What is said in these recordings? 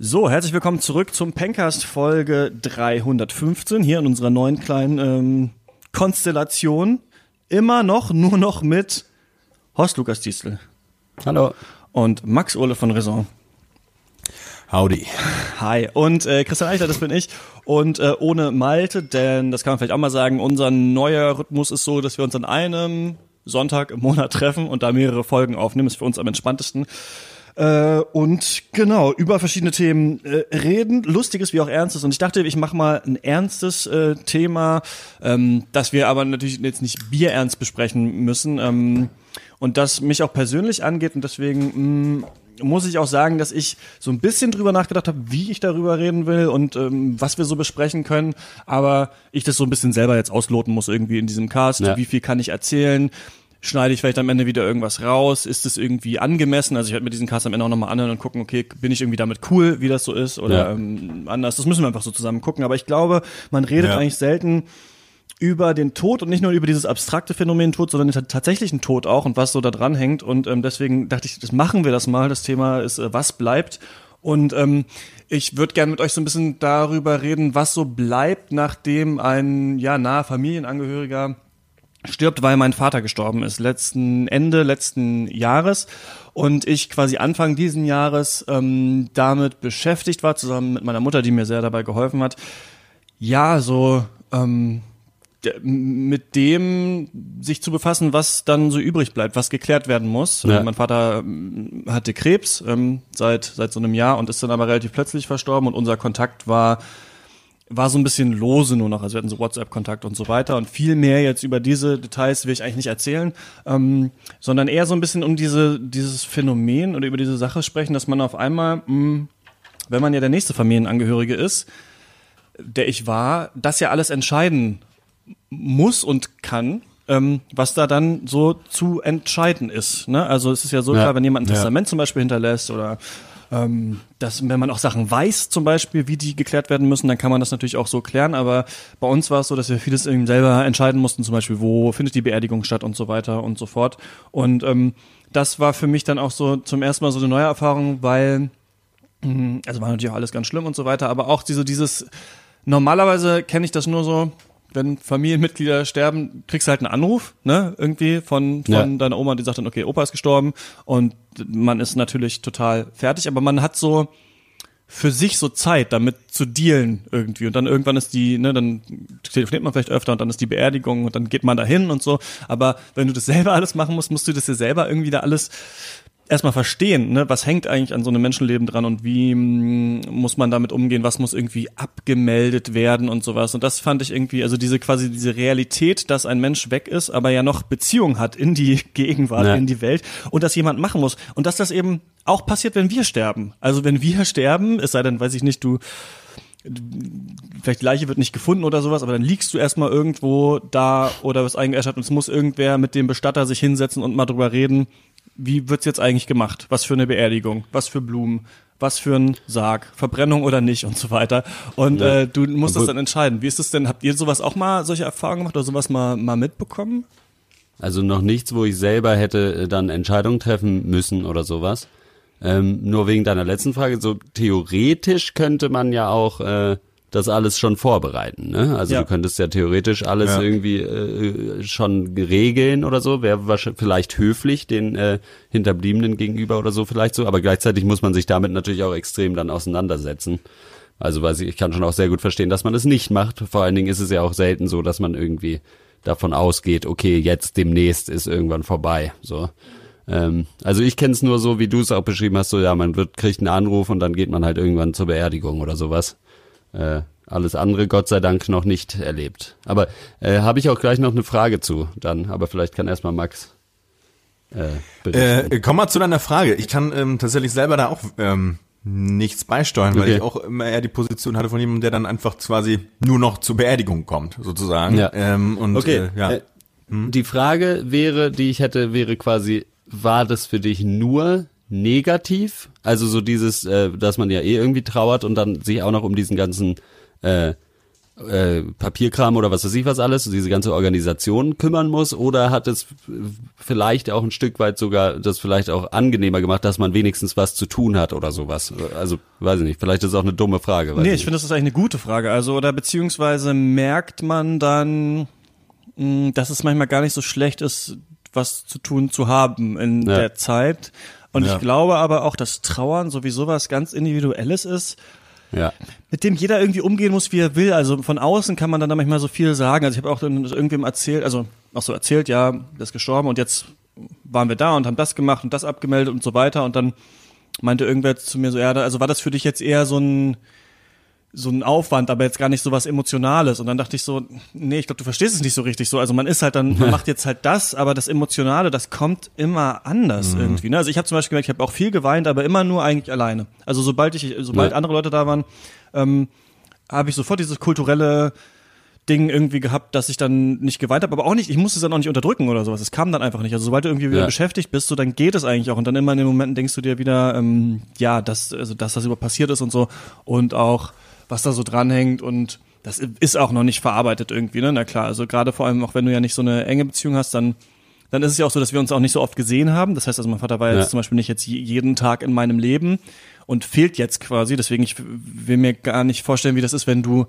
So, herzlich willkommen zurück zum Pencast Folge 315, hier in unserer neuen kleinen Konstellation. Immer noch, nur noch mit Horst Lukas Diestel. Hallo. Und Max Ole von Raison. Howdy. Hi. Und Christian Eichler, das bin ich. Und ohne Malte, denn das kann man vielleicht auch mal sagen, unser neuer Rhythmus ist so, dass wir uns an einem Sonntag im Monat treffen und da mehrere Folgen aufnehmen. Ist für uns am entspanntesten. Und genau, über verschiedene Themen reden, Lustiges wie auch Ernstes. Und ich dachte, ich mache mal ein ernstes Thema, das wir aber natürlich jetzt nicht bierernst besprechen müssen und das mich auch persönlich angeht. Und deswegen muss ich auch sagen, dass ich so ein bisschen drüber nachgedacht habe, wie ich darüber reden will und was wir so besprechen können. Aber ich das so ein bisschen selber jetzt ausloten muss irgendwie in diesem Cast. Ja. Wie viel kann ich erzählen? Schneide ich vielleicht am Ende wieder irgendwas raus? Ist es irgendwie angemessen? Also ich werde mir diesen Cast am Ende auch nochmal anhören und gucken, okay, bin ich irgendwie damit cool, wie das so ist oder anders? Das müssen wir einfach so zusammen gucken. Aber ich glaube, man redet eigentlich selten über den Tod und nicht nur über dieses abstrakte Phänomen Tod, sondern den tatsächlichen Tod auch und was so da dran hängt. Und deswegen dachte ich, machen wir das mal. Das Thema ist, was bleibt? Und ich würde gerne mit euch so ein bisschen darüber reden, was so bleibt, nachdem ein naher Familienangehöriger stirbt, weil mein Vater gestorben ist, Ende letzten Jahres und ich quasi Anfang diesen Jahres damit beschäftigt war, zusammen mit meiner Mutter, die mir sehr dabei geholfen hat, mit dem sich zu befassen, was dann so übrig bleibt, was geklärt werden muss. Ja. Mein Vater hatte Krebs seit so einem Jahr und ist dann aber relativ plötzlich verstorben und unser Kontakt war so ein bisschen lose nur noch, also wir hatten so WhatsApp-Kontakt und so weiter und viel mehr jetzt über diese Details will ich eigentlich nicht erzählen, sondern eher so ein bisschen um dieses Phänomen oder über diese Sache sprechen, dass man auf einmal, wenn man ja der nächste Familienangehörige ist, der ich war, das ja alles entscheiden muss und kann, was da dann so zu entscheiden ist, ne? Also es ist ja so klar, wenn jemand ein Testament zum Beispiel hinterlässt oder dass, wenn man auch Sachen weiß, zum Beispiel, wie die geklärt werden müssen, dann kann man das natürlich auch so klären, aber bei uns war es so, dass wir vieles irgendwie selber entscheiden mussten, zum Beispiel, wo findet die Beerdigung statt und so weiter und so fort. Und das war für mich dann auch so zum ersten Mal so eine neue Erfahrung, weil, also war natürlich auch alles ganz schlimm und so weiter, aber auch normalerweise kenne ich das nur so, wenn Familienmitglieder sterben, kriegst du halt einen Anruf, ne, irgendwie von deiner Oma, die sagt dann, okay, Opa ist gestorben und man ist natürlich total fertig, aber man hat so für sich so Zeit, damit zu dealen irgendwie und dann irgendwann ist dann telefoniert man vielleicht öfter und dann ist die Beerdigung und dann geht man dahin und so, aber wenn du das selber alles machen musst du das dir selber irgendwie da alles erstmal verstehen, ne, was hängt eigentlich an so einem Menschenleben dran und wie muss man damit umgehen, was muss irgendwie abgemeldet werden und sowas. Und das fand ich irgendwie, also diese Realität, dass ein Mensch weg ist, aber ja noch Beziehung hat in die Gegenwart, in die Welt und das jemand machen muss. Und dass das eben auch passiert, wenn wir sterben. Also wenn wir sterben, es sei denn, weiß ich nicht, vielleicht die Leiche wird nicht gefunden oder sowas, aber dann liegst du erstmal irgendwo da oder was eingeäschert hat und es muss irgendwer mit dem Bestatter sich hinsetzen und mal drüber reden, wie wird's jetzt eigentlich gemacht? Was für eine Beerdigung? Was für Blumen? Was für ein Sarg? Verbrennung oder nicht? Und so weiter. Und du musst das dann entscheiden. Wie ist es denn? Habt ihr sowas auch mal, solche Erfahrungen gemacht oder sowas mal mitbekommen? Also noch nichts, wo ich selber hätte dann Entscheidungen treffen müssen oder sowas. Nur wegen deiner letzten Frage, so theoretisch könnte man ja auch das alles schon vorbereiten, ne? Also du könntest ja theoretisch alles irgendwie schon regeln oder so, wäre wahrscheinlich vielleicht höflich den Hinterbliebenen gegenüber oder so vielleicht so, aber gleichzeitig muss man sich damit natürlich auch extrem dann auseinandersetzen. Also ich kann schon auch sehr gut verstehen, dass man es nicht macht. Vor allen Dingen ist es ja auch selten so, dass man irgendwie davon ausgeht, okay, jetzt demnächst ist irgendwann vorbei, so. Also ich kenne es nur so, wie du es auch beschrieben hast, so man kriegt einen Anruf und dann geht man halt irgendwann zur Beerdigung oder sowas. Alles andere Gott sei Dank noch nicht erlebt. Aber habe ich auch gleich noch eine Frage zu dann, aber vielleicht kann erstmal Max komm mal zu deiner Frage. Ich kann tatsächlich selber da auch nichts beisteuern, weil ich auch immer eher die Position hatte von jemandem, der dann einfach quasi nur noch zur Beerdigung kommt, sozusagen. Ja. Die Frage die ich hätte, wäre quasi, war das für dich nur negativ? Also so dieses, dass man ja irgendwie trauert und dann sich auch noch um diesen ganzen Papierkram oder was weiß ich was alles, diese ganze Organisation kümmern muss, oder hat es vielleicht auch ein Stück weit sogar das vielleicht auch angenehmer gemacht, dass man wenigstens was zu tun hat oder sowas? Also, weiß ich nicht, vielleicht ist es auch eine dumme Frage. Nee, ich finde, das ist eigentlich eine gute Frage. Also, oder beziehungsweise merkt man dann, dass es manchmal gar nicht so schlecht ist, was zu tun zu haben in der Zeit. Und ich glaube aber auch, dass Trauern sowieso was ganz Individuelles ist, mit dem jeder irgendwie umgehen muss, wie er will. Also von außen kann man dann da manchmal so viel sagen. Also ich habe auch dann irgendwem erzählt, also auch so erzählt, ja, der ist gestorben und jetzt waren wir da und haben das gemacht und das abgemeldet und so weiter. Und dann meinte irgendwer zu mir so, ja, also war das für dich jetzt eher so ein Aufwand, aber jetzt gar nicht so was Emotionales. Und dann dachte ich so, nee, ich glaube, du verstehst es nicht so richtig so. Also man ist halt dann, man macht jetzt halt das, aber das Emotionale, das kommt immer anders irgendwie. Ne? Also ich habe zum Beispiel gemerkt, ich habe auch viel geweint, aber immer nur eigentlich alleine. Also sobald andere Leute da waren, habe ich sofort dieses kulturelle Ding irgendwie gehabt, dass ich dann nicht geweint habe, aber auch nicht, ich musste es dann auch nicht unterdrücken oder sowas. Es kam dann einfach nicht. Also sobald du irgendwie wieder beschäftigt bist, so, dann geht es eigentlich auch. Und dann immer in den Momenten denkst du dir wieder, dass das überhaupt passiert ist und so. Und auch was da so dranhängt, und das ist auch noch nicht verarbeitet irgendwie, ne? Na klar, also gerade vor allem auch, wenn du ja nicht so eine enge Beziehung hast, dann ist es ja auch so, dass wir uns auch nicht so oft gesehen haben. Das heißt, also mein Vater war jetzt zum Beispiel nicht jetzt jeden Tag in meinem Leben und fehlt jetzt quasi. Deswegen, ich will mir gar nicht vorstellen, wie das ist, wenn du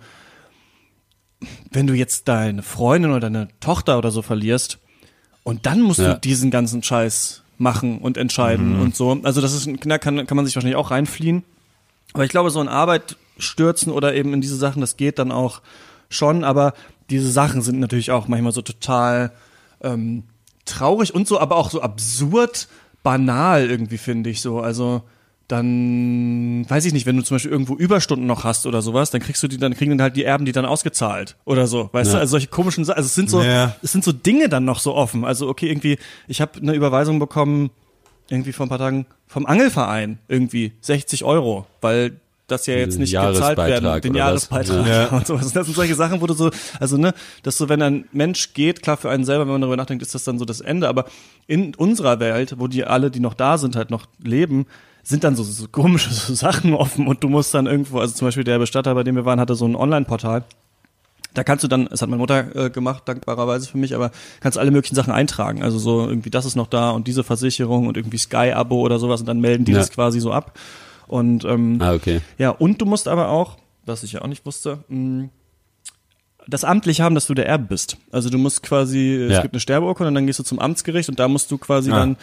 jetzt deine Freundin oder deine Tochter oder so verlierst und dann musst du diesen ganzen Scheiß machen und entscheiden und so. Also das ist, kann man sich wahrscheinlich auch reinfliehen. Aber ich glaube, so in Arbeit stürzen oder eben in diese Sachen, das geht dann auch schon, aber diese Sachen sind natürlich auch manchmal so total traurig und so, aber auch so absurd banal irgendwie, finde ich so. Also dann, weiß ich nicht, wenn du zum Beispiel irgendwo Überstunden noch hast oder sowas, dann kriegen halt die Erben die dann ausgezahlt oder so, weißt du? Also solche komischen Sachen, also es sind so Dinge dann noch so offen. Also okay, irgendwie, ich habe eine Überweisung bekommen, irgendwie vor ein paar Tagen vom Angelverein, irgendwie 60 €, weil das ja jetzt nicht gezahlt werden, den Jahresbeitrag und sowas. Das sind solche Sachen, wo du so, also ne, dass so, wenn ein Mensch geht, klar für einen selber, wenn man darüber nachdenkt, ist das dann so das Ende, aber in unserer Welt, wo die alle, die noch da sind, halt noch leben, sind dann so komische Sachen offen, und du musst dann irgendwo, also zum Beispiel der Bestatter, bei dem wir waren, hatte so ein Online-Portal. Da kannst du dann, es hat meine Mutter gemacht, dankbarerweise für mich, aber kannst du alle möglichen Sachen eintragen. Also so irgendwie, das ist noch da und diese Versicherung und irgendwie Sky-Abo oder sowas, und dann melden die das quasi so ab. Und okay. Ja, und du musst aber auch, was ich ja auch nicht wusste, das amtlich haben, dass du der Erbe bist. Also du musst quasi, es gibt eine Sterbeurkunde und dann gehst du zum Amtsgericht und da musst du quasi dann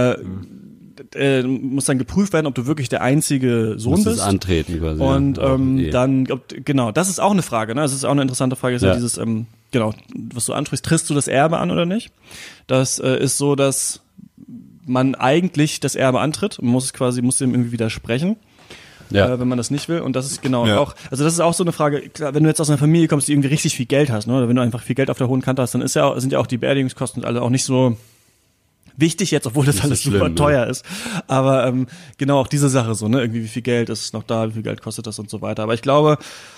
muss dann geprüft werden, ob du wirklich der einzige Sohn bist. Antreten quasi. Und dann, genau, das ist auch eine Frage, ne? Das ist auch eine interessante Frage, ist ja dieses, genau, was du ansprichst, trittst du das Erbe an oder nicht? Das ist so, dass man eigentlich das Erbe antritt, man muss dem irgendwie widersprechen. Wenn man das nicht will, und das ist genau auch, also das ist auch so eine Frage, klar, wenn du jetzt aus einer Familie kommst, die irgendwie richtig viel Geld hast, ne, oder wenn du einfach viel Geld auf der hohen Kante hast, dann sind ja auch die Beerdigungskosten alle auch nicht so wichtig jetzt, obwohl das alles super teuer ist. Aber genau auch diese Sache so, ne, irgendwie wie viel Geld ist noch da, wie viel Geld kostet das und so weiter. Aber ich glaube,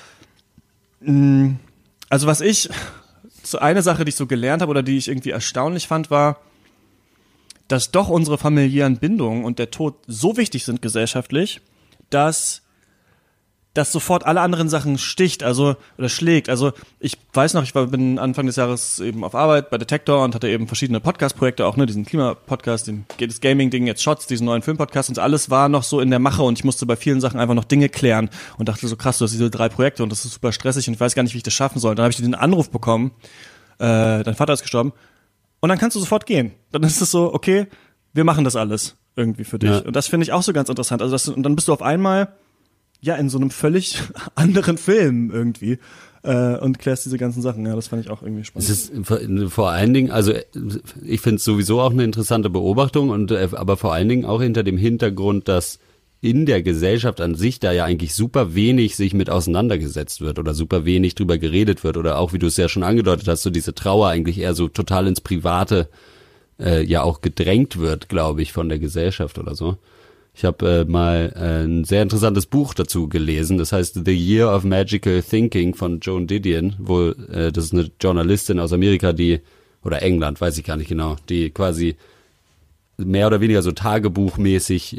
also so eine Sache, die ich so gelernt habe oder die ich irgendwie erstaunlich fand, war, dass doch unsere familiären Bindungen und der Tod so wichtig sind gesellschaftlich, dass das sofort alle anderen Sachen sticht, also oder schlägt. Also ich weiß noch, bin Anfang des Jahres eben auf Arbeit bei Detektor und hatte eben verschiedene Podcast-Projekte, auch ne, diesen Klima-Podcast, das Gaming-Ding, jetzt Shots, diesen neuen Film-Podcast, und alles war noch so in der Mache, und ich musste bei vielen Sachen einfach noch Dinge klären und dachte so, krass, du hast diese 3 Projekte und das ist super stressig und ich weiß gar nicht, wie ich das schaffen soll. Dann habe ich den Anruf bekommen, dein Vater ist gestorben, und dann kannst du sofort gehen. Dann ist es so, okay, wir machen das alles irgendwie für dich. Ja. Und das finde ich auch so ganz interessant. Also und dann bist du auf einmal in so einem völlig anderen Film irgendwie und klärst diese ganzen Sachen. Ja, das fand ich auch irgendwie spannend. Es ist vor allen Dingen, also ich finde es sowieso auch eine interessante Beobachtung, aber vor allen Dingen auch hinter dem Hintergrund, dass in der Gesellschaft an sich da ja eigentlich super wenig sich mit auseinandergesetzt wird oder super wenig drüber geredet wird, oder auch, wie du es ja schon angedeutet hast, so diese Trauer eigentlich eher so total ins Private ja auch gedrängt wird, glaube ich, von der Gesellschaft oder so. Ich habe mal ein sehr interessantes Buch dazu gelesen, das heißt The Year of Magical Thinking von Joan Didion, das ist eine Journalistin aus Amerika, oder England, weiß ich gar nicht genau, die quasi mehr oder weniger so tagebuchmäßig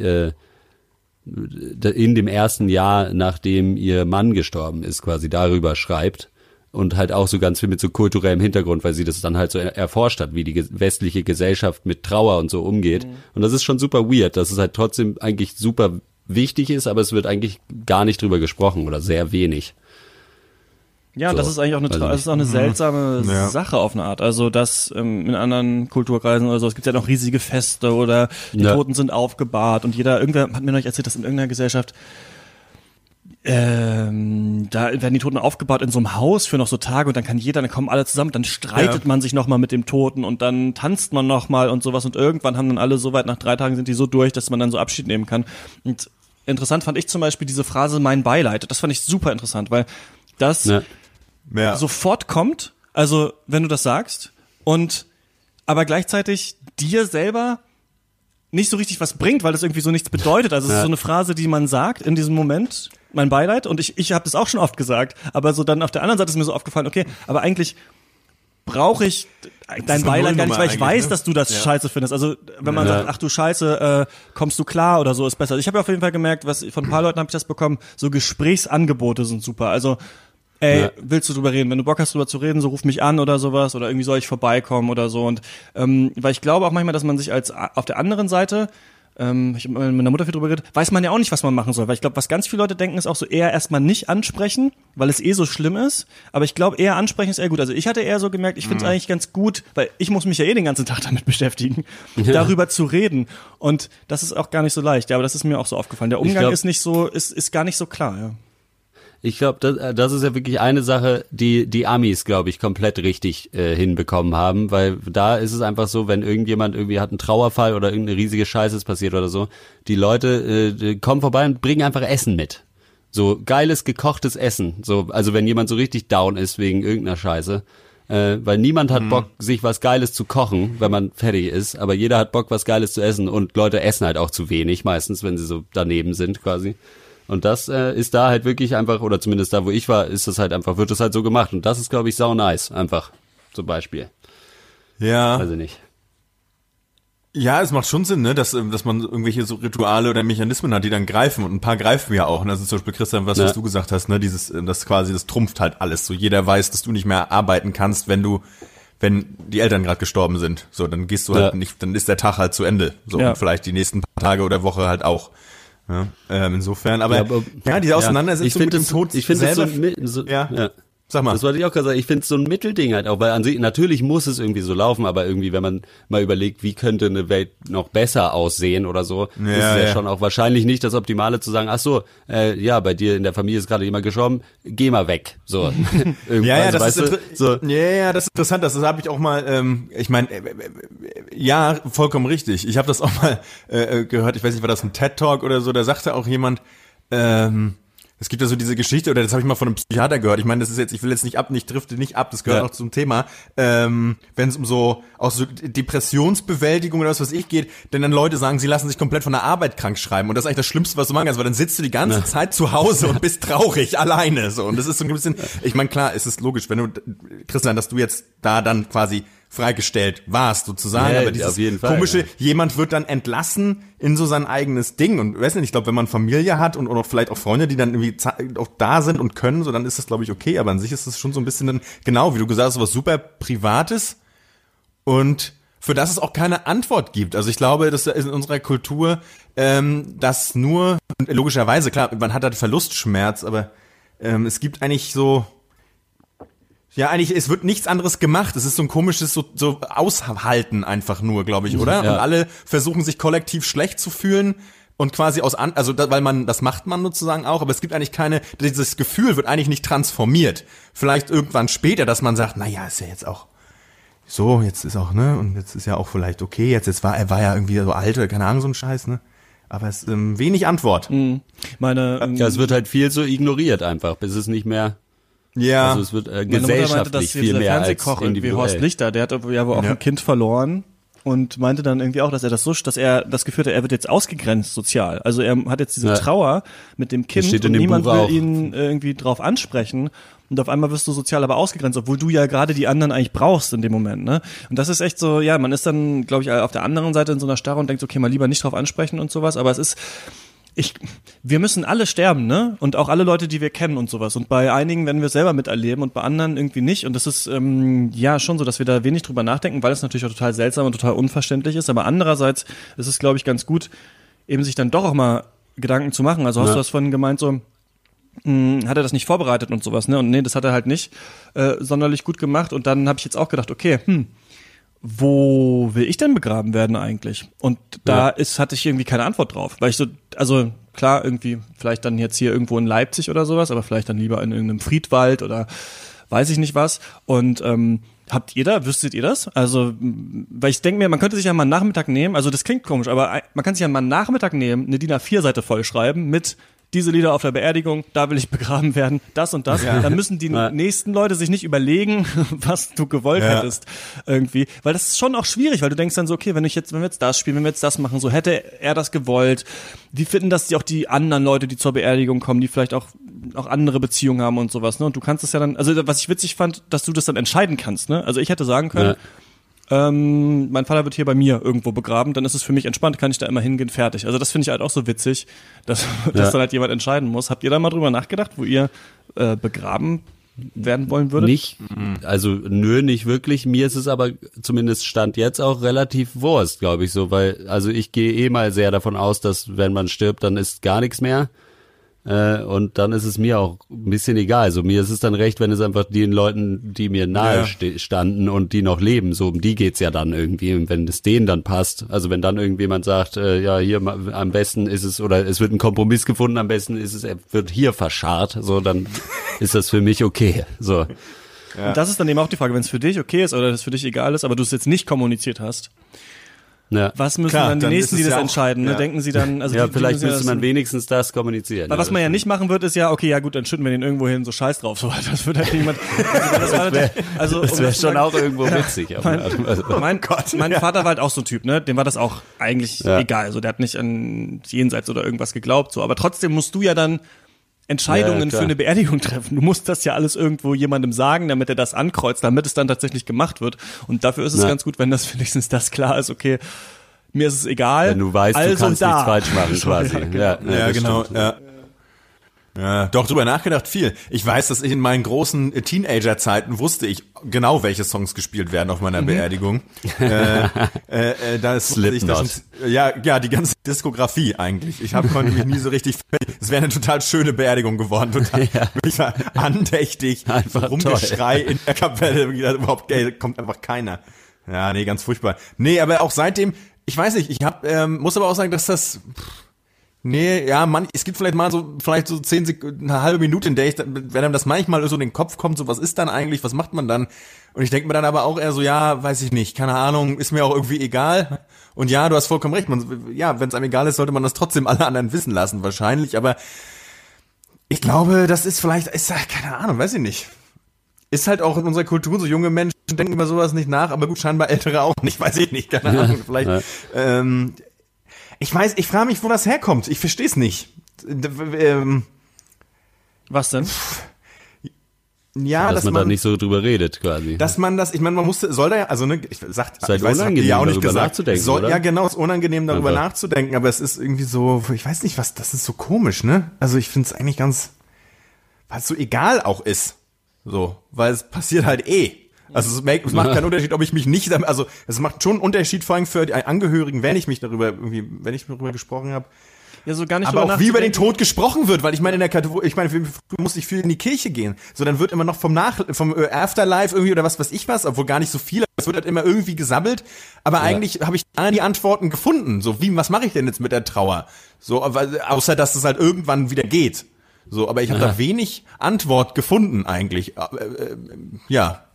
in dem ersten Jahr, nachdem ihr Mann gestorben ist, quasi darüber schreibt. und halt auch so ganz viel mit so kulturellem Hintergrund, weil sie das dann halt so erforscht hat, wie die westliche Gesellschaft mit Trauer und so umgeht. Und das ist schon super weird, dass es halt trotzdem eigentlich super wichtig ist, aber es wird eigentlich gar nicht drüber gesprochen oder sehr wenig. Ja, So, das ist eigentlich auch das ist auch eine seltsame Sache auf eine Art. Also das in anderen Kulturkreisen oder so, es gibt ja noch riesige Feste oder die Toten sind aufgebahrt und irgendwer hat mir neulich erzählt, dass in irgendeiner Gesellschaft da werden die Toten aufgebaut in so einem Haus für noch so Tage und dann kommen alle zusammen, dann streitet man sich nochmal mit dem Toten und dann tanzt man nochmal und sowas und irgendwann haben dann alle so weit, nach 3 Tagen sind die so durch, dass man dann so Abschied nehmen kann. Und interessant fand ich zum Beispiel diese Phrase, mein Beileid, das fand ich super interessant, weil das sofort kommt, also wenn du das sagst und aber gleichzeitig dir selber nicht so richtig was bringt, weil das irgendwie so nichts bedeutet. Also es ist so eine Phrase, die man sagt in diesem Moment, mein Beileid, und ich habe das auch schon oft gesagt, aber so dann auf der anderen Seite ist mir so aufgefallen, okay, aber eigentlich brauche ich dein Beileid gar nicht, weil ich weiß, dass du das scheiße findest. Also wenn man sagt, ach du Scheiße, kommst du klar oder so, ist besser. Ich habe auf jeden Fall gemerkt, von ein paar Leuten habe ich das bekommen, so Gesprächsangebote sind super. Also willst du drüber reden? Wenn du Bock hast, drüber zu reden, so ruf mich an oder sowas oder irgendwie soll ich vorbeikommen oder so. Und weil ich glaube auch manchmal, dass man sich als auf der anderen Seite, ich habe mit meiner Mutter viel drüber geredet, weiß man ja auch nicht, was man machen soll. Weil ich glaube, was ganz viele Leute denken, ist auch so eher erstmal nicht ansprechen, weil es so schlimm ist. Aber ich glaube, eher ansprechen ist eher gut. Also ich hatte eher so gemerkt, ich finde es eigentlich ganz gut, weil ich muss mich ja den ganzen Tag damit beschäftigen, darüber zu reden. Und das ist auch gar nicht so leicht. Ja, aber das ist mir auch so aufgefallen. Der Umgang ist gar nicht so klar, ja. Ich glaube, das ist ja wirklich eine Sache, die Amis, glaube ich, komplett richtig hinbekommen haben, weil da ist es einfach so, wenn irgendjemand irgendwie hat einen Trauerfall oder irgendeine riesige Scheiße ist passiert oder so, die Leute kommen vorbei und bringen einfach Essen mit. So geiles, gekochtes Essen. So, also wenn jemand so richtig down ist wegen irgendeiner Scheiße, weil niemand hat Bock, sich was Geiles zu kochen, wenn man fertig ist, aber jeder hat Bock, was Geiles zu essen und Leute essen halt auch zu wenig, meistens, wenn sie so daneben sind quasi. Und das ist da halt wirklich einfach, oder zumindest da, wo ich war, ist das halt einfach, wird das halt so gemacht. Und das ist, glaube ich, sau nice, einfach, zum Beispiel. Ja. Weiß ich nicht. Ja, es macht schon Sinn, ne, dass man irgendwelche so Rituale oder Mechanismen hat, die dann greifen. Und ein paar greifen ja auch. Und das ist zum Beispiel, Christian, was du gesagt hast, ne, das quasi, das trumpft halt alles. So jeder weiß, dass du nicht mehr arbeiten kannst, wenn die Eltern gerade gestorben sind. So, dann gehst du halt nicht, dann ist der Tag halt zu Ende. So, und vielleicht die nächsten paar Tage oder Woche halt auch. Ja, insofern, aber diese Auseinandersetzung mit dem Tod selber. Sag mal. Das wollte ich auch gerade sagen. Ich finde so ein Mittelding halt auch, weil an sich, natürlich muss es irgendwie so laufen, aber irgendwie, wenn man mal überlegt, wie könnte eine Welt noch besser aussehen oder so, ist es ja schon auch wahrscheinlich nicht das Optimale zu sagen, ach so, bei dir in der Familie ist gerade jemand gestorben, geh mal weg. So. Das ist interessant, das habe ich auch mal, ich meine, vollkommen richtig. Ich habe das auch mal gehört, ich weiß nicht, war das ein TED-Talk oder so, da sagte auch jemand, es gibt ja so diese Geschichte, oder das habe ich mal von einem Psychiater gehört. Ich meine, das ist jetzt, ich will jetzt drifte nicht ab, das gehört auch zum Thema. Wenn es um so Depressionsbewältigung oder was ich geht, denn dann Leute sagen, sie lassen sich komplett von der Arbeit krank schreiben. Und das ist eigentlich das Schlimmste, was du machen kannst, weil dann sitzt du die ganze Zeit zu Hause und bist traurig, alleine. So. Und das ist so ein bisschen, ich meine, klar, es ist logisch, wenn du, Christian, dass du jetzt da dann quasi freigestellt warst, sozusagen, aber dieses komische, jemand wird dann entlassen in so sein eigenes Ding und weiß nicht, ich glaube, wenn man Familie hat und auch vielleicht auch Freunde, die dann irgendwie auch da sind und können, so dann ist das, glaube ich, okay, aber an sich ist das schon so ein bisschen dann, genau, wie du gesagt hast, was super Privates und für das es auch keine Antwort gibt. Also ich glaube, dass in unserer Kultur das nur, logischerweise, klar, man hat halt Verlustschmerz, aber es gibt eigentlich so, ja, eigentlich, es wird nichts anderes gemacht. Es ist so ein komisches so Aushalten einfach nur, glaube ich, oder? Ja. Und alle versuchen sich kollektiv schlecht zu fühlen und quasi weil das macht man sozusagen auch, aber es gibt eigentlich dieses Gefühl wird eigentlich nicht transformiert. Vielleicht irgendwann später, dass man sagt, naja, ist ja jetzt auch so, jetzt ist auch, ne, und jetzt ist ja auch vielleicht okay, er war ja irgendwie so alt oder keine Ahnung, so ein Scheiß, ne? Aber es ist wenig Antwort. Es wird halt viel so ignoriert einfach, bis es nicht mehr. Ja. Also es wird gesellschaftlich viel mehr als individuell. Horst Lichter, der hat ja wohl auch ein Kind verloren und meinte dann irgendwie auch, dass er das Gefühl hat, er wird jetzt ausgegrenzt sozial. Also er hat jetzt diese Trauer mit dem Kind und niemand will ihn irgendwie drauf ansprechen und auf einmal wirst du sozial aber ausgegrenzt, obwohl du ja gerade die anderen eigentlich brauchst in dem Moment, ne? Und das ist echt so, man ist dann, glaube ich, auf der anderen Seite in so einer Starre und denkt, okay, mal lieber nicht drauf ansprechen und sowas, aber es ist wir müssen alle sterben, ne? Und auch alle Leute, die wir kennen und sowas. Und bei einigen werden wir es selber miterleben und bei anderen irgendwie nicht. Und das ist ja schon so, dass wir da wenig drüber nachdenken, weil es natürlich auch total seltsam und total unverständlich ist. Aber andererseits ist es, glaube ich, ganz gut, eben sich dann doch auch mal Gedanken zu machen. Also hast du das vorhin gemeint, so hat er das nicht vorbereitet und sowas, ne? Und nee, das hat er halt nicht sonderlich gut gemacht. Und dann habe ich jetzt auch gedacht, okay, wo will ich denn begraben werden eigentlich? Und da hatte ich irgendwie keine Antwort drauf, weil ich so, also klar, irgendwie vielleicht dann jetzt hier irgendwo in Leipzig oder sowas, aber vielleicht dann lieber in irgendeinem Friedwald oder weiß ich nicht was. Und wüsstet ihr das? Also, weil ich denke mir, man könnte sich ja mal einen Nachmittag nehmen, also das klingt komisch, aber man kann sich ja mal einen Nachmittag nehmen, eine DIN A4-Seite vollschreiben mit diese Lieder auf der Beerdigung, da will ich begraben werden, das und das. Ja. Dann müssen die nächsten Leute sich nicht überlegen, was du gewollt hättest irgendwie. Weil das ist schon auch schwierig, weil du denkst dann so, okay, wenn wir jetzt das spielen, wenn wir jetzt das machen, so hätte er das gewollt. Wie finden das auch die anderen Leute, die zur Beerdigung kommen, die vielleicht auch andere Beziehungen haben und sowas, ne? Und du kannst es ja dann, also was ich witzig fand, dass du das dann entscheiden kannst, ne? Also ich hätte sagen können, mein Vater wird hier bei mir irgendwo begraben, dann ist es für mich entspannt, kann ich da immer hingehen, fertig. Also das finde ich halt auch so witzig, dass dann halt jemand entscheiden muss. Habt ihr da mal drüber nachgedacht, wo ihr begraben werden wollen würdet? Nicht, also nicht wirklich. Mir ist es aber zumindest Stand jetzt auch relativ Wurst, glaube ich so, weil also ich gehe mal sehr davon aus, dass wenn man stirbt, dann ist gar nichts mehr. Und dann ist es mir auch ein bisschen egal. Also mir ist es dann recht, wenn es einfach den Leuten, die mir nahe standen und die noch leben, so um die geht's ja dann irgendwie. Und wenn es denen dann passt, also wenn dann irgendjemand sagt, hier am besten ist es, oder es wird ein Kompromiss gefunden, am besten ist es, er wird hier verscharrt, so dann ist das für mich okay. So. Ja. Und das ist dann eben auch die Frage, wenn es für dich okay ist oder es für dich egal ist, aber du es jetzt nicht kommuniziert hast. Ja. Was müssen dann die Nächsten, die das entscheiden? Ne? Denken sie dann, also vielleicht müsste man wenigstens das kommunizieren. Weil was man ja nicht machen wird, ist ja, okay, ja gut, dann schütten wir den irgendwo hin, so scheiß drauf. So, das wird halt niemand. Das wäre schon auch irgendwo witzig. Mein Vater war halt auch so ein Typ, ne? Dem war das auch eigentlich egal. Also der hat nicht an Jenseits oder irgendwas geglaubt. So, aber trotzdem musst du ja dann Entscheidungen für eine Beerdigung treffen. Du musst das ja alles irgendwo jemandem sagen, damit er das ankreuzt, damit es dann tatsächlich gemacht wird. Und dafür ist es ganz gut, wenn das wenigstens das klar ist, okay, mir ist es egal. Wenn du weißt, du kannst nichts falsch machen quasi. Ja, genau. Ja, doch, drüber nachgedacht viel. Ich weiß, dass ich in meinen großen Teenager-Zeiten wusste ich genau, welche Songs gespielt werden auf meiner Beerdigung. Ja, die ganze Diskografie eigentlich. Konnte mich nie so richtig. Es wäre eine total schöne Beerdigung geworden, total andächtig, einfach Rumgeschrei in der Kapelle. Überhaupt kommt einfach keiner. Ja, nee, ganz furchtbar. Nee, aber auch seitdem, ich weiß nicht, muss aber auch sagen, dass das. Nee, ja, es gibt vielleicht so 10 Sekunden, eine halbe Minute, in der wenn einem das manchmal so in den Kopf kommt, so was ist dann eigentlich, was macht man dann? Und ich denke mir dann aber auch eher so, ja, weiß ich nicht, keine Ahnung, ist mir auch irgendwie egal. Und ja, du hast vollkommen recht, wenn es einem egal ist, sollte man das trotzdem alle anderen wissen lassen, wahrscheinlich, aber ich glaube, das ist keine Ahnung, weiß ich nicht. Ist halt auch in unserer Kultur, so junge Menschen denken über sowas nicht nach, aber gut, scheinbar Ältere auch nicht, weiß ich nicht, keine Ahnung, vielleicht, ich frage mich, wo das herkommt. Ich verstehe es nicht. Was denn? Ja, dass man da nicht so drüber redet, quasi. Dass man das, ich meine, soll da ja, also ne, ist halt unangenehm, ja auch nicht darüber nachzudenken, oder? Ja, genau, ist unangenehm, darüber nachzudenken, aber es ist irgendwie so, ich weiß nicht, das ist so komisch, ne? Also ich finde es eigentlich weil es so egal auch ist. So, weil es passiert halt Also es macht keinen Unterschied, ob ich mich nicht, also es macht schon einen Unterschied, vor allem für die Angehörigen, wenn ich darüber gesprochen habe. Ja, so gar nicht. Aber auch wie über den Tod gesprochen wird, weil ich meine, du musst nicht viel in die Kirche gehen, so dann wird immer noch vom Afterlife irgendwie oder was weiß ich was, obwohl gar nicht so viel, es wird halt immer irgendwie gesammelt, aber eigentlich habe ich da die Antworten gefunden, so was mache ich denn jetzt mit der Trauer? So, außer dass es halt irgendwann wieder geht. So, aber ich habe da wenig Antwort gefunden eigentlich. Ja.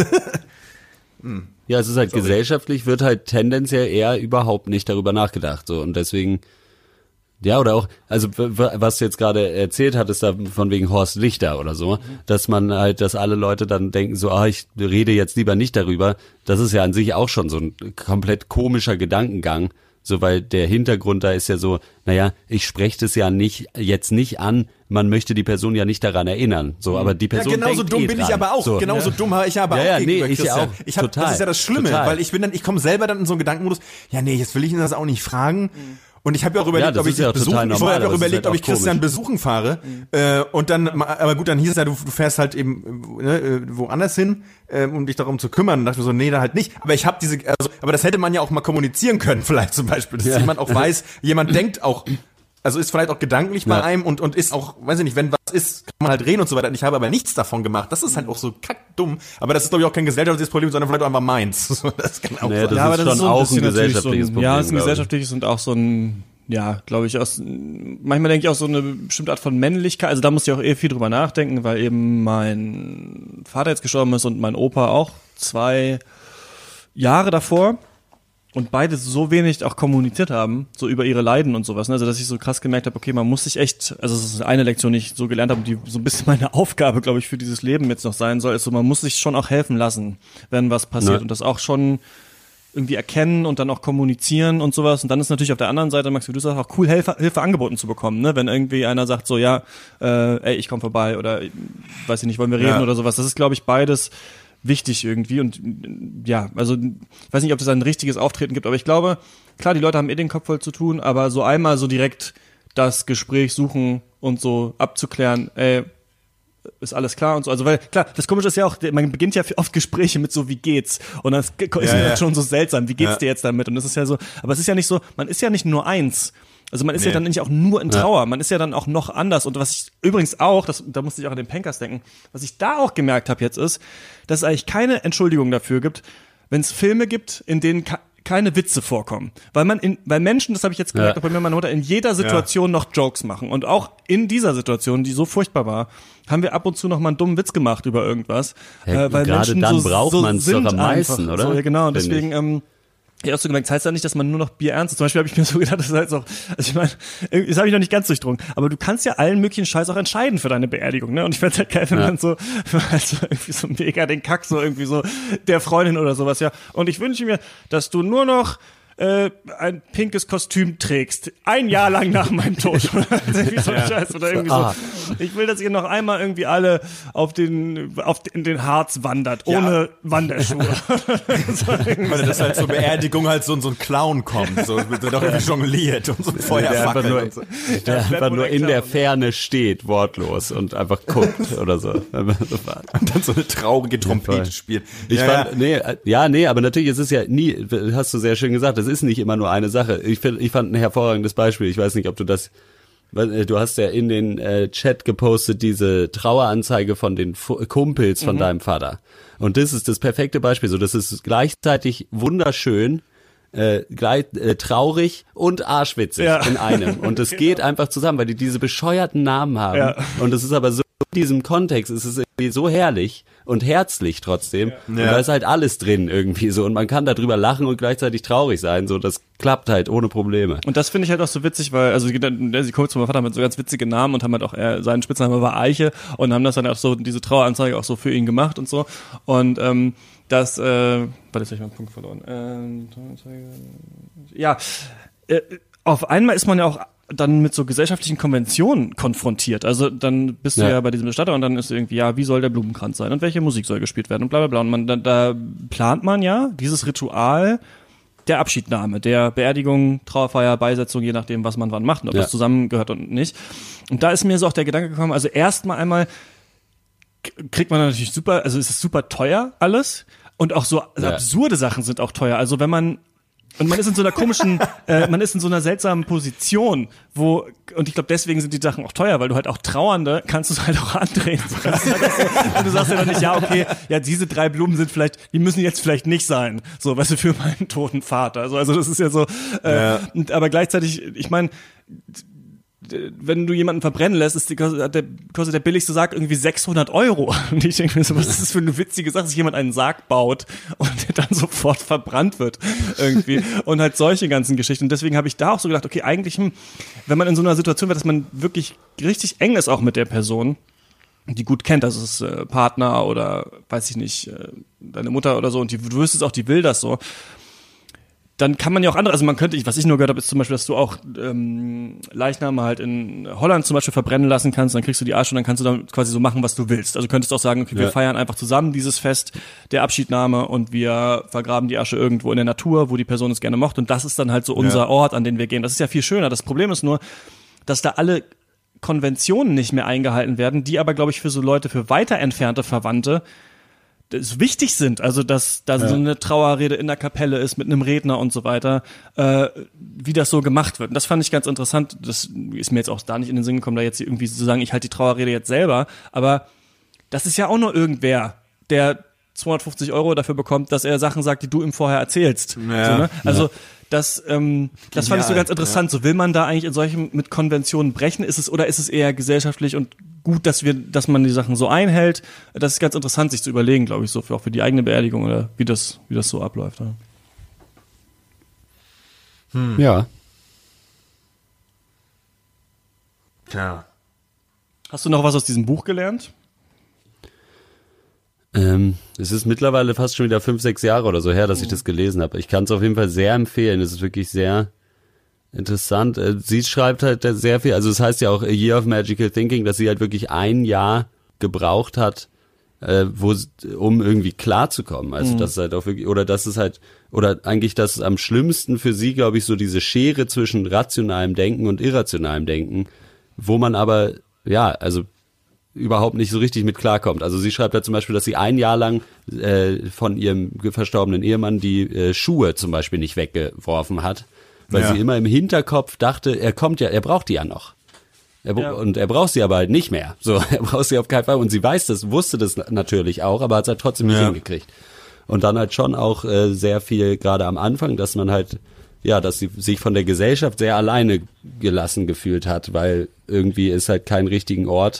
Ja, es ist halt gesellschaftlich, wird halt tendenziell eher überhaupt nicht darüber nachgedacht. So, und deswegen, ja, oder auch, also was du jetzt gerade erzählt hattest, da von wegen Horst Lichter oder so, dass man halt, dass alle Leute dann denken so, ich rede jetzt lieber nicht darüber. Das ist ja an sich auch schon so ein komplett komischer Gedankengang. So, weil der Hintergrund da ist ja so, ich spreche das ja jetzt nicht an, man möchte die Person ja nicht daran erinnern. So, aber die Person genauso denkt dumm bin dran. ich aber auch. So. Genauso dumm habe ich aber auch gegenüber Christian. Total. Das ist ja das Schlimme, weil ich komme selber dann in so einen Gedankenmodus, ja nee, jetzt will ich ihn das auch nicht fragen. Und ich habe ja auch überlegt, ob ich Christian besuchen fahre. Und dann, aber gut, dann hieß es ja, du fährst halt eben woanders hin, um dich darum zu kümmern. Und dachte mir so, nee, da halt nicht. Aber ich habe aber das hätte man ja auch mal kommunizieren können, vielleicht zum Beispiel, dass jemand auch weiß, jemand denkt auch, also ist vielleicht auch gedanklich bei einem und ist auch, weiß ich nicht, wenn was ist, kann man halt reden und so weiter. Und ich habe aber nichts davon gemacht. Das ist halt auch so kackdumm. Aber das ist, glaube ich, auch kein gesellschaftliches Problem, sondern vielleicht auch einfach meins. Das kann auch sein. Das ist schon auch ein gesellschaftliches Problem. Ja, es ist ein gesellschaftliches und auch so ein, ja, glaube ich, manchmal denke ich auch so eine bestimmte Art von Männlichkeit. Also da muss ich auch viel drüber nachdenken, weil eben mein Vater jetzt gestorben ist und mein Opa auch 2 Jahre davor. Und beide so wenig auch kommuniziert haben, so über ihre Leiden und sowas, ne? Also dass ich so krass gemerkt habe, okay, man muss sich echt, also es ist eine Lektion, die ich so gelernt habe, die so ein bisschen meine Aufgabe, glaube ich, für dieses Leben jetzt noch sein soll, ist so, man muss sich schon auch helfen lassen, wenn was passiert und das auch schon irgendwie erkennen und dann auch kommunizieren und sowas. Und dann ist natürlich auf der anderen Seite, Max, wie du sagst, auch cool, Hilfe angeboten zu bekommen, ne? Wenn irgendwie einer sagt so, ja, ey, ich komme vorbei oder weiß ich nicht, wollen wir reden oder sowas. Das ist, glaube ich, beides wichtig irgendwie und ja, also ich weiß nicht, ob es ein richtiges Auftreten gibt, aber ich glaube, klar, die Leute haben den Kopf voll zu tun, aber so einmal so direkt das Gespräch suchen und so abzuklären, ey, ist alles klar und so, also weil, klar, das Komische ist ja auch, man beginnt ja oft Gespräche mit so, wie geht's? Und das ist ja schon so seltsam, wie geht's dir jetzt damit? Und das ist ja so, aber es ist ja nicht so, man ist ja nicht nur eins. Also man ist ja dann nicht auch nur in Trauer, man ist ja dann auch noch anders. Und was ich übrigens auch, da musste ich auch an den Pankers denken, was ich da auch gemerkt habe jetzt ist, dass es eigentlich keine Entschuldigung dafür gibt, wenn es Filme gibt, in denen keine Witze vorkommen. Weil Menschen, das habe ich jetzt gemerkt, auch bei mir und meiner Mutter, in jeder Situation noch Jokes machen. Und auch in dieser Situation, die so furchtbar war, haben wir ab und zu noch mal einen dummen Witz gemacht über irgendwas. Weil gerade Menschen dann braucht man es doch am meisten, oder? So, ja, genau, und deswegen, ja, hast du gemerkt, das heißt ja nicht, dass man nur noch Bier ernst ist. Zum Beispiel habe ich mir so gedacht, das heißt auch, also ich meine, das habe ich noch nicht ganz durchdrungen, aber du kannst ja allen möglichen Scheiß auch entscheiden für deine Beerdigung, ne? Und ich fände halt geil, wenn man so irgendwie so mega den Kack, so irgendwie so der Freundin oder sowas, ja. Und ich wünsche mir, dass du nur noch ein pinkes Kostüm trägst, 1 Jahr lang nach meinem Tod. Irgendwie so ein Scheiß oder irgendwie so. Ich will, dass ihr noch einmal irgendwie alle in den Harz wandert, ohne Wanderschuhe. Weil das halt zur Beerdigung halt so ein Clown kommt, so wird doch irgendwie jongliert und so ein Feuerfackel. Der einfach nur in der Ferne steht, wortlos und einfach guckt oder so. Und dann so eine traurige Trompete spielt. Aber natürlich ist es ja nie, hast du sehr schön gesagt, es ist nicht immer nur eine Sache. Ich fand ein hervorragendes Beispiel. Ich weiß nicht, ob du hast ja in den Chat gepostet, diese Traueranzeige von den Kumpels von deinem Vater. Und das ist das perfekte Beispiel. So, das ist gleichzeitig wunderschön, traurig und arschwitzig in einem. Und es geht einfach zusammen, weil die diese bescheuerten Namen haben. Ja. Und es ist aber so, in diesem Kontext ist es irgendwie so herrlich und herzlich trotzdem. Ja. Und da ist halt alles drin irgendwie so. Und man kann darüber lachen und gleichzeitig traurig sein. So, das klappt halt ohne Probleme. Und das finde ich halt auch so witzig, weil, also sie kommt zu meinem Vater mit so ganz witzige Namen und haben halt auch, seinen Spitzname war Eiche und haben das dann auch so, diese Traueranzeige auch so für ihn gemacht und so. Und, jetzt habe ich meinen Punkt verloren. Auf einmal ist man ja auch dann mit so gesellschaftlichen Konventionen konfrontiert. Also dann bist du ja bei diesem Bestatter und dann ist irgendwie, ja, wie soll der Blumenkranz sein und welche Musik soll gespielt werden und bla bla bla. Und da plant man ja dieses Ritual der Abschiednahme, der Beerdigung, Trauerfeier, Beisetzung, je nachdem, was man wann macht und ob das zusammengehört und nicht. Und da ist mir so auch der Gedanke gekommen, also erstmal einmal kriegt man natürlich super, also es ist super teuer alles und auch so absurde Sachen sind auch teuer. Also wenn man ist in so einer komischen, man ist in so einer seltsamen Position, und ich glaube, deswegen sind die Sachen auch teuer, weil du halt auch Trauernde kannst du halt auch andrehen. Und du sagst ja dann nicht, ja, okay, ja, diese 3 Blumen die müssen jetzt vielleicht nicht sein, so, weißt du, für meinen toten Vater. Also das ist ja so, aber gleichzeitig, ich meine, wenn du jemanden verbrennen lässt, kostet der billigste Sarg irgendwie 600 €. Und ich denke mir so, was ist das für eine witzige Sache, dass jemand einen Sarg baut und der dann sofort verbrannt wird irgendwie. Und halt solche ganzen Geschichten. Und deswegen habe ich da auch so gedacht, okay, eigentlich, wenn man in so einer Situation wird, dass man wirklich richtig eng ist auch mit der Person, die gut kennt, also es ist Partner oder, weiß ich nicht, deine Mutter oder so, und du wüsstest auch, die will das so, dann kann man ja auch andere, also man könnte, was ich nur gehört habe, ist zum Beispiel, dass du auch Leichname halt in Holland zum Beispiel verbrennen lassen kannst, dann kriegst du die Asche und dann kannst du dann quasi so machen, was du willst. Also könntest auch sagen, okay, wir feiern einfach zusammen dieses Fest der Abschiednahme und wir vergraben die Asche irgendwo in der Natur, wo die Person es gerne mochte und das ist dann halt so unser Ort, an den wir gehen. Das ist ja viel schöner. Das Problem ist nur, dass da alle Konventionen nicht mehr eingehalten werden, die aber, glaube ich, für so Leute, für weiter entfernte Verwandte das wichtig sind, also dass da so eine Trauerrede in der Kapelle ist mit einem Redner und so weiter, wie das so gemacht wird. Und das fand ich ganz interessant. Das ist mir jetzt auch da nicht in den Sinn gekommen, da jetzt irgendwie zu sagen, ich halte die Trauerrede jetzt selber. Aber das ist ja auch nur irgendwer, der 250 € dafür bekommt, dass er Sachen sagt, die du ihm vorher erzählst. Ja. So, ne? Also das fand ich so ganz interessant. So will man da eigentlich in solchen mit Konventionen brechen? Ist es eher gesellschaftlich und gut, dass man die Sachen so einhält? Das ist ganz interessant, sich zu überlegen, glaube ich, so auch für die eigene Beerdigung oder wie das so abläuft. Ja. Tja. Hast du noch was aus diesem Buch gelernt? Es ist mittlerweile fast schon wieder 5-6 Jahre oder so her, dass ich das gelesen habe. Ich kann es auf jeden Fall sehr empfehlen. Es ist wirklich sehr interessant. Sie schreibt halt sehr viel, also es heißt ja auch A Year of Magical Thinking, dass sie halt wirklich ein Jahr gebraucht hat, um irgendwie klarzukommen. Also das ist halt auch wirklich, oder eigentlich das am schlimmsten für sie, glaube ich, so diese Schere zwischen rationalem Denken und irrationalem Denken, wo man aber, überhaupt nicht so richtig mit klarkommt. Also sie schreibt ja zum Beispiel, dass sie ein Jahr lang von ihrem verstorbenen Ehemann die Schuhe zum Beispiel nicht weggeworfen hat, weil sie immer im Hinterkopf dachte, er braucht die ja noch. Und er braucht sie aber halt nicht mehr. So, er braucht sie auf keinen Fall. Und sie wusste das natürlich auch, aber hat es halt trotzdem nicht hingekriegt. Und dann halt schon auch sehr viel, gerade am Anfang, dass man halt, dass sie sich von der Gesellschaft sehr alleine gelassen gefühlt hat, weil irgendwie es halt keinen richtigen Ort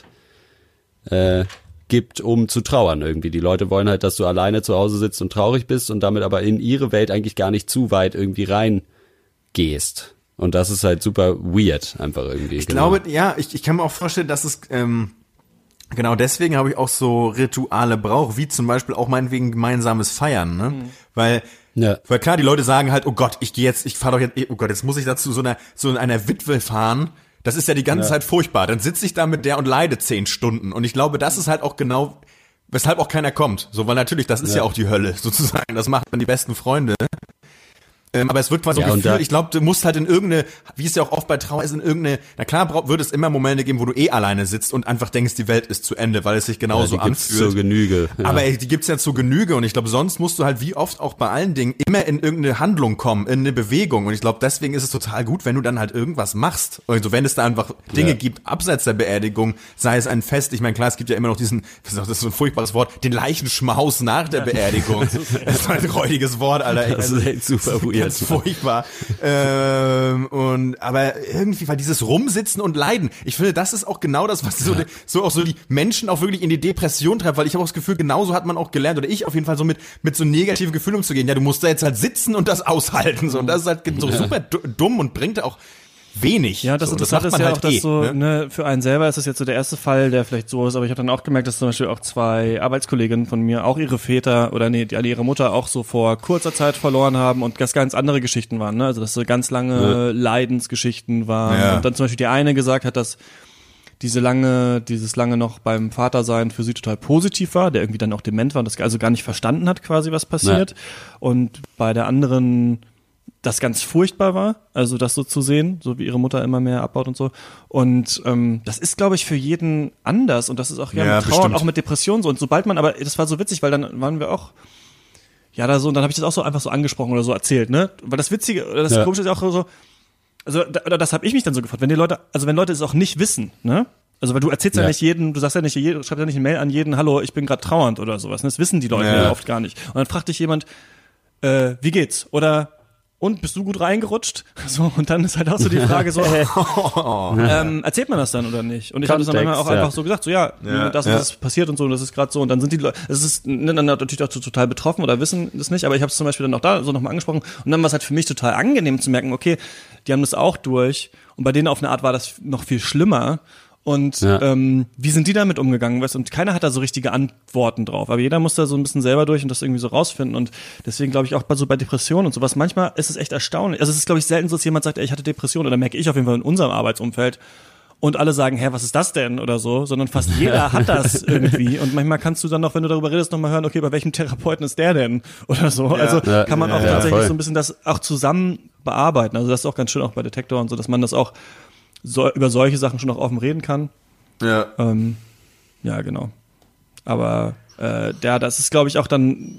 gibt, um zu trauern irgendwie. Die Leute wollen halt, dass du alleine zu Hause sitzt und traurig bist und damit aber in ihre Welt eigentlich gar nicht zu weit irgendwie reingehst. Und das ist halt super weird, einfach irgendwie. Ich glaube, ich kann mir auch vorstellen, dass es, genau deswegen habe ich auch so Rituale brauche, wie zum Beispiel auch meinetwegen gemeinsames Feiern, ne? Weil klar, die Leute sagen halt, oh Gott, ich fahre doch jetzt, oh Gott, jetzt muss ich dazu so einer Witwe fahren. Das ist ja die ganze Zeit furchtbar. Dann sitze ich da mit der und leide 10 Stunden. Und ich glaube, das ist halt auch genau, weshalb auch keiner kommt. So, weil natürlich, das ist ja auch die Hölle, sozusagen. Das macht dann die besten Freunde. Aber es wird quasi so ein Gefühl, ich glaube, du musst halt in irgendeine, wie es ja auch oft bei Trauer ist, na klar würde es immer Momente geben, wo du alleine sitzt und einfach denkst, die Welt ist zu Ende, weil es sich genauso anfühlt. Zur Genüge. Ja. Aber die gibt's ja zur Genüge und ich glaube, sonst musst du halt wie oft auch bei allen Dingen immer in irgendeine Handlung kommen, in eine Bewegung und ich glaube, deswegen ist es total gut, wenn du dann halt irgendwas machst. Also wenn es da einfach Dinge gibt, abseits der Beerdigung, sei es ein Fest, ich meine, klar, es gibt ja immer noch das ist so ein furchtbares Wort, den Leichenschmaus nach der Beerdigung. Das ist halt ein räudiges Wort, Alter. Das ist echt super weird. Furchtbar. Aber irgendwie, weil dieses Rumsitzen und Leiden, ich finde, das ist auch genau das, was so die Menschen auch wirklich in die Depression treibt, weil ich habe auch das Gefühl, genauso hat man auch gelernt, oder ich auf jeden Fall so mit so negativen Gefühlen umzugehen. Ja, du musst da jetzt halt sitzen und das aushalten, so. Und das ist halt so super dumm und bringt auch wenig. Ja, das Interessante ist ja auch, dass so, ne, für einen selber ist das jetzt so der erste Fall, der vielleicht so ist, aber ich habe dann auch gemerkt, dass zum Beispiel auch 2 Arbeitskolleginnen von mir auch ihre Väter ihre Mutter auch so vor kurzer Zeit verloren haben und das ganz andere Geschichten waren, ne? Also dass so ganz lange Leidensgeschichten waren. Ja. Und dann zum Beispiel die eine gesagt hat, dass dieses lange noch beim Vater sein für sie total positiv war, der irgendwie dann auch dement war und das also gar nicht verstanden hat quasi, was passiert. Ja. Und bei der anderen das ganz furchtbar war, also das so zu sehen, so wie ihre Mutter immer mehr abbaut und so. Und das ist, glaube ich, für jeden anders und das ist auch mit Trauer und auch mit Depressionen so. Und sobald man, aber das war so witzig, weil dann waren wir auch da so und dann habe ich das auch so einfach so angesprochen oder so erzählt, ne? Weil das Witzige oder das Komische ist auch so, also das habe ich mich dann so gefragt, wenn Leute es auch nicht wissen, ne? Also weil du erzählst ja nicht jedem, du sagst ja nicht, schreibst ja nicht eine Mail an jeden, hallo, ich bin gerade trauernd oder sowas. Das wissen die Leute ja oft gar nicht. Und dann fragt dich jemand, wie geht's? Oder und bist du gut reingerutscht? So, und dann ist halt auch so die Frage so, erzählt man das dann oder nicht? Und ich habe das dann manchmal auch einfach so gesagt, so das ist passiert und so, und das ist gerade so, und dann sind die Leute, es ist dann natürlich auch total betroffen oder wissen das nicht, aber ich habe es zum Beispiel dann auch da so nochmal angesprochen und dann war es halt für mich total angenehm zu merken, okay, die haben das auch durch und bei denen auf eine Art war das noch viel schlimmer Und wie sind die damit umgegangen? Weißt? Und keiner hat da so richtige Antworten drauf. Aber jeder muss da so ein bisschen selber durch und das irgendwie so rausfinden. Und deswegen glaube ich auch bei Depressionen und sowas, manchmal ist es echt erstaunlich. Also es ist, glaube ich, selten so, dass jemand sagt, ey, ich hatte Depression. Oder merke ich auf jeden Fall in unserem Arbeitsumfeld. Und alle sagen, hä, was ist das denn? Oder so. Sondern fast jeder hat das irgendwie. Und manchmal kannst du dann noch, wenn du darüber redest, nochmal hören, okay, bei welchem Therapeuten ist der denn? Oder so. Ja. Also kann man auch tatsächlich so ein bisschen das auch zusammen bearbeiten. Also das ist auch ganz schön auch bei Detektor und so, dass man das auch über solche Sachen schon auch offen reden kann. Ja. Ja, genau. Aber das ist, glaube ich, auch dann,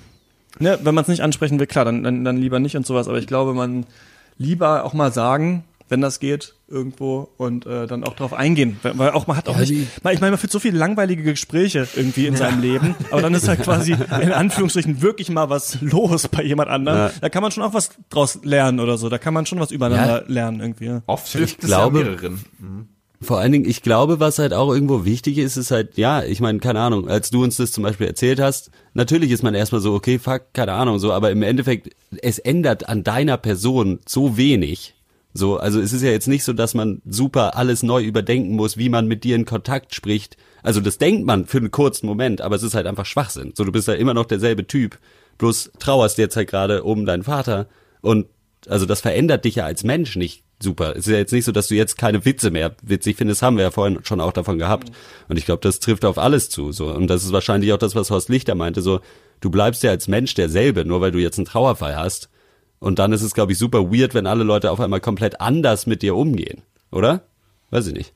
ne, wenn man es nicht ansprechen will, klar, dann lieber nicht und sowas. Aber ich glaube, man lieber auch mal sagen, wenn das geht, irgendwo und dann auch drauf eingehen. Weil auch man hat auch nicht, ich meine, man führt so viele langweilige Gespräche irgendwie in seinem Leben, aber dann ist halt quasi in Anführungsstrichen wirklich mal was los bei jemand anderem. Ja. Da kann man schon auch was draus lernen oder so. Da kann man schon was übereinander lernen irgendwie. Ja. Oft hilft es ja mehreren. Vor allen Dingen, ich glaube, was halt auch irgendwo wichtig ist, ist halt, ja, ich meine, keine Ahnung, als du uns das zum Beispiel erzählt hast, natürlich ist man erstmal so, okay, fuck, keine Ahnung, so, aber im Endeffekt, es ändert an deiner Person so wenig. So, also es ist ja jetzt nicht so, dass man super alles neu überdenken muss, wie man mit dir in Kontakt spricht. Also das denkt man für einen kurzen Moment, aber es ist halt einfach Schwachsinn. So, du bist ja immer noch derselbe Typ, bloß trauerst jetzt halt gerade um deinen Vater und also das verändert dich ja als Mensch nicht super. Es ist ja jetzt nicht so, dass du jetzt keine Witze mehr witzig findest, haben wir ja vorhin schon auch davon gehabt. Und ich glaube, das trifft auf alles zu. So, und das ist wahrscheinlich auch das, was Horst Lichter meinte, so, du bleibst ja als Mensch derselbe, nur weil du jetzt einen Trauerfall hast. Und dann ist es, glaube ich, super weird, wenn alle Leute auf einmal komplett anders mit dir umgehen, oder? Weiß ich nicht.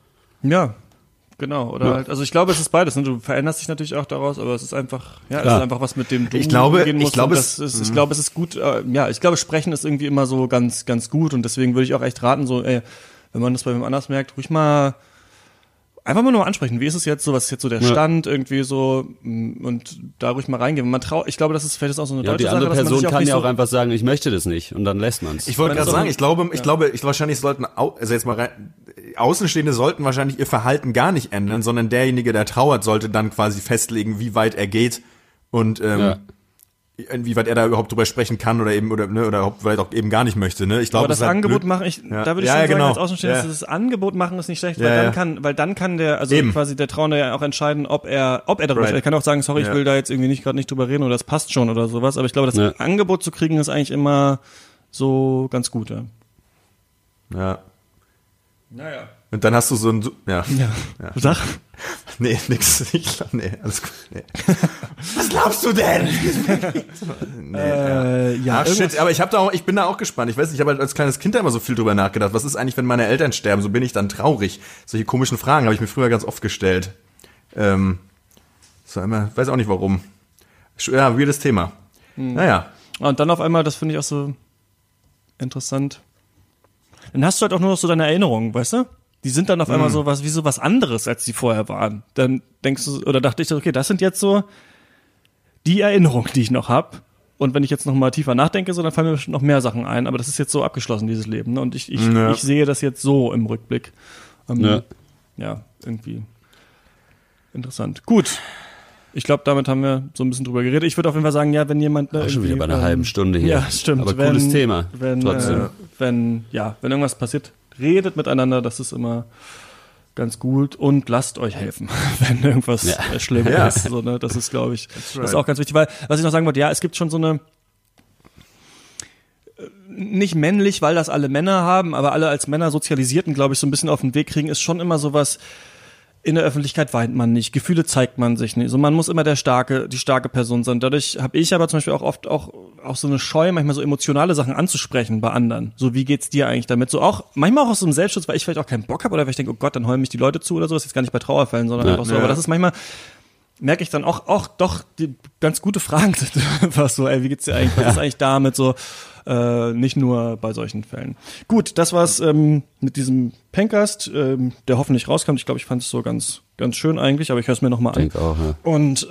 Ja, genau. Oder halt, also ich glaube, es ist beides. Ne? Du veränderst dich natürlich auch daraus, aber es ist einfach, ja, es ist einfach was, mit dem du umgehen musst. Ich glaube, es ist gut. Ich glaube, Sprechen ist irgendwie immer so ganz, ganz gut. Und deswegen würde ich auch echt raten, so, ey, wenn man das bei wem anders merkt, ruhig mal einfach mal nur ansprechen. Wie ist es jetzt so? Was ist jetzt so der Stand irgendwie so? Und da ruhig mal reingehen. Ich glaube, das ist vielleicht auch so eine deutsche Sache. Die andere Person kann ja auch einfach sagen, ich möchte das nicht. Und dann lässt man es. Ich wollte gerade sagen, ich glaube, wahrscheinlich sollten, also jetzt mal rein, Außenstehende sollten wahrscheinlich ihr Verhalten gar nicht ändern, sondern derjenige, der trauert, sollte dann quasi festlegen, wie weit er geht und inwieweit er da überhaupt drüber sprechen kann oder vielleicht auch eben gar nicht möchte. Ne? Ich glaube, aber das Angebot machen, da würde ich schon sagen, als Außenstehender, das Angebot machen ist nicht schlecht, weil dann kann der, also eben. Quasi der Trauernde ja auch entscheiden, ob er darüber spricht. Er kann auch sagen, sorry, ich will da jetzt irgendwie gerade nicht drüber reden oder das passt schon oder sowas. Aber ich glaube, das Angebot zu kriegen ist eigentlich immer so ganz gut. Ja. Naja. Und dann hast du so ein, Sag. Nee, nix. Nee, alles gut. Nee. Was glaubst du denn? Shit, aber ich bin da auch gespannt. Ich weiß nicht, ich habe halt als kleines Kind da immer so viel drüber nachgedacht. Was ist eigentlich, wenn meine Eltern sterben? So bin ich dann traurig. Solche komischen Fragen habe ich mir früher ganz oft gestellt. So immer, weiß auch nicht warum. Ja, weirdes Thema. Naja. Und dann auf einmal, das finde ich auch so interessant. Dann hast du halt auch nur noch so deine Erinnerungen, weißt du? Die sind dann auf einmal so was anderes, als die vorher waren. Dann denkst du, oder dachte ich, okay, das sind jetzt so die Erinnerungen, die ich noch habe. Und wenn ich jetzt noch mal tiefer nachdenke, so, dann fallen mir noch mehr Sachen ein. Aber das ist jetzt so abgeschlossen, dieses Leben. Ne? Und ich sehe das jetzt so im Rückblick. Ja, irgendwie interessant. Gut. Ich glaube, damit haben wir so ein bisschen drüber geredet. Ich würde auf jeden Fall sagen, ja, wenn jemand... schon wieder bei einer halben Stunde hier. Ja, stimmt. Aber cooles Thema. Trotzdem. Wenn irgendwas passiert, redet miteinander, das ist immer ganz gut und lasst euch helfen, wenn irgendwas schlimm ist. So, ne? Das ist, glaube ich, das ist auch ganz wichtig, weil, was ich noch sagen wollte, es gibt schon so eine, nicht männlich, weil das alle Männer haben, aber alle als Männer sozialisierten, glaube ich, so ein bisschen auf den Weg kriegen, ist schon immer sowas, in der Öffentlichkeit weint man nicht, Gefühle zeigt man sich nicht. So, man muss immer die starke Person sein. Dadurch habe ich aber zum Beispiel auch oft auch so eine Scheu, manchmal so emotionale Sachen anzusprechen bei anderen. So, wie geht's dir eigentlich damit? So auch, manchmal auch aus so einem Selbstschutz, weil ich vielleicht auch keinen Bock habe oder weil ich denke, oh Gott, dann heulen mich die Leute zu oder so. Das ist jetzt gar nicht bei Trauerfällen, sondern einfach so. Aber das ist manchmal, merke ich dann auch doch, die ganz gute Fragen sind einfach so, ey, wie geht's dir eigentlich? Was ist eigentlich damit so? Nicht nur bei solchen Fällen. Gut, das war's mit diesem Pencast, der hoffentlich rauskommt. Ich glaube, ich fand es so ganz, ganz schön eigentlich, aber ich höre es mir nochmal an. Ich denke auch, ja. Und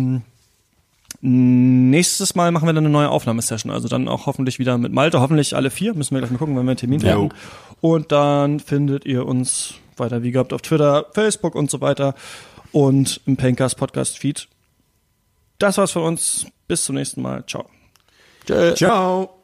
nächstes Mal machen wir dann eine neue Aufnahmesession, also dann auch hoffentlich wieder mit Malte, hoffentlich alle 4, müssen wir gleich mal gucken, wenn wir einen Termin haben. Und dann findet ihr uns weiter wie gehabt auf Twitter, Facebook und so weiter und im Pencast Podcast Feed. Das war's von uns. Bis zum nächsten Mal. Ciao. Ciao.